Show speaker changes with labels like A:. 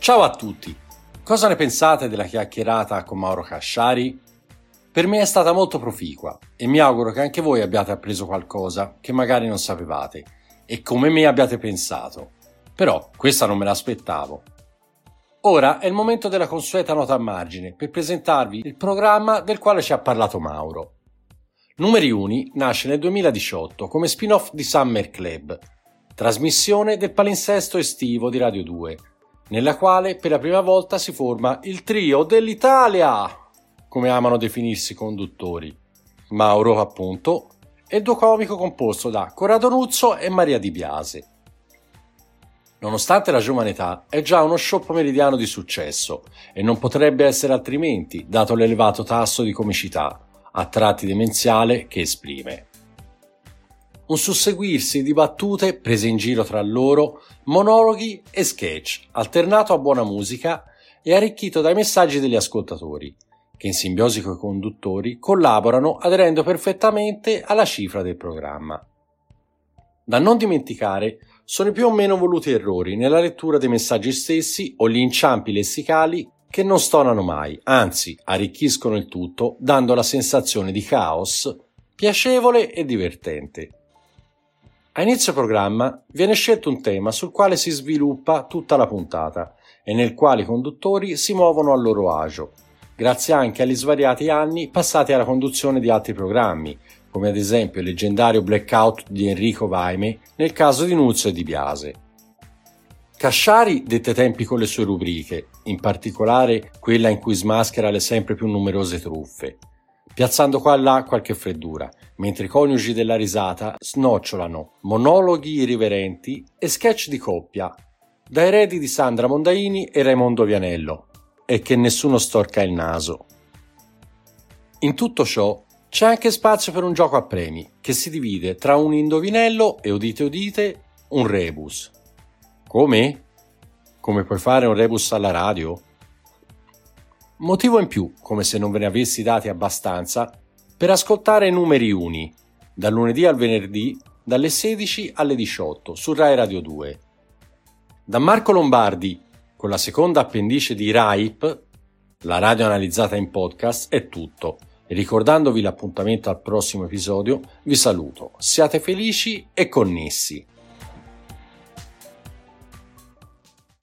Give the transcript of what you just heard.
A: Ciao a tutti! Cosa ne pensate della chiacchierata con Mauro Casciari? Per me è stata molto proficua e mi auguro che anche voi abbiate appreso qualcosa che magari non sapevate e come me abbiate pensato. Però questa non me l'aspettavo. Ora è il momento della consueta nota a margine per presentarvi il programma del quale ci ha parlato Mauro. Numeri Uni nasce nel 2018 come spin-off di Summer Club, trasmissione del palinsesto estivo di Radio 2, nella quale per la prima volta si forma il trio dell'Italia, come amano definirsi i conduttori. Mauro, appunto, e il duo comico composto da Corrado Nuzzo e Maria Di Biase. Nonostante la giovane età, è già uno show pomeridiano di successo e non potrebbe essere altrimenti, dato l'elevato tasso di comicità, a tratti demenziale, che esprime. Un susseguirsi di battute prese in giro tra loro, monologhi e sketch, alternato a buona musica e arricchito dai messaggi degli ascoltatori, che in simbiosi coi conduttori collaborano aderendo perfettamente alla cifra del programma. Da non dimenticare sono i più o meno voluti errori nella lettura dei messaggi stessi o gli inciampi lessicali che non stonano mai, anzi arricchiscono il tutto dando la sensazione di caos piacevole e divertente. A inizio programma viene scelto un tema sul quale si sviluppa tutta la puntata e nel quale i conduttori si muovono a loro agio, grazie anche agli svariati anni passati alla conduzione di altri programmi, come ad esempio il leggendario Blackout di Enrico Vaime nel caso di Nuzzo e Di Biase. Casciari dette tempi con le sue rubriche, in particolare quella in cui smaschera le sempre più numerose truffe, piazzando qua e là qualche freddura, mentre i coniugi della risata snocciolano monologhi irriverenti e sketch di coppia, da eredi di Sandra Mondaini e Raimondo Vianello, e che nessuno storca il naso. In tutto ciò c'è anche spazio per un gioco a premi, che si divide tra un indovinello e, udite udite, un rebus. Come? Come puoi fare un rebus alla radio? Motivo in più, come se non ve ne avessi dati abbastanza, per ascoltare Numeri Uni, dal lunedì al venerdì, dalle 16 alle 18, su Rai Radio 2. Da Marco Lombardi, con la seconda appendice di RAIP, la radio analizzata in podcast, è tutto. E ricordandovi l'appuntamento al prossimo episodio, vi saluto. Siate felici e connessi.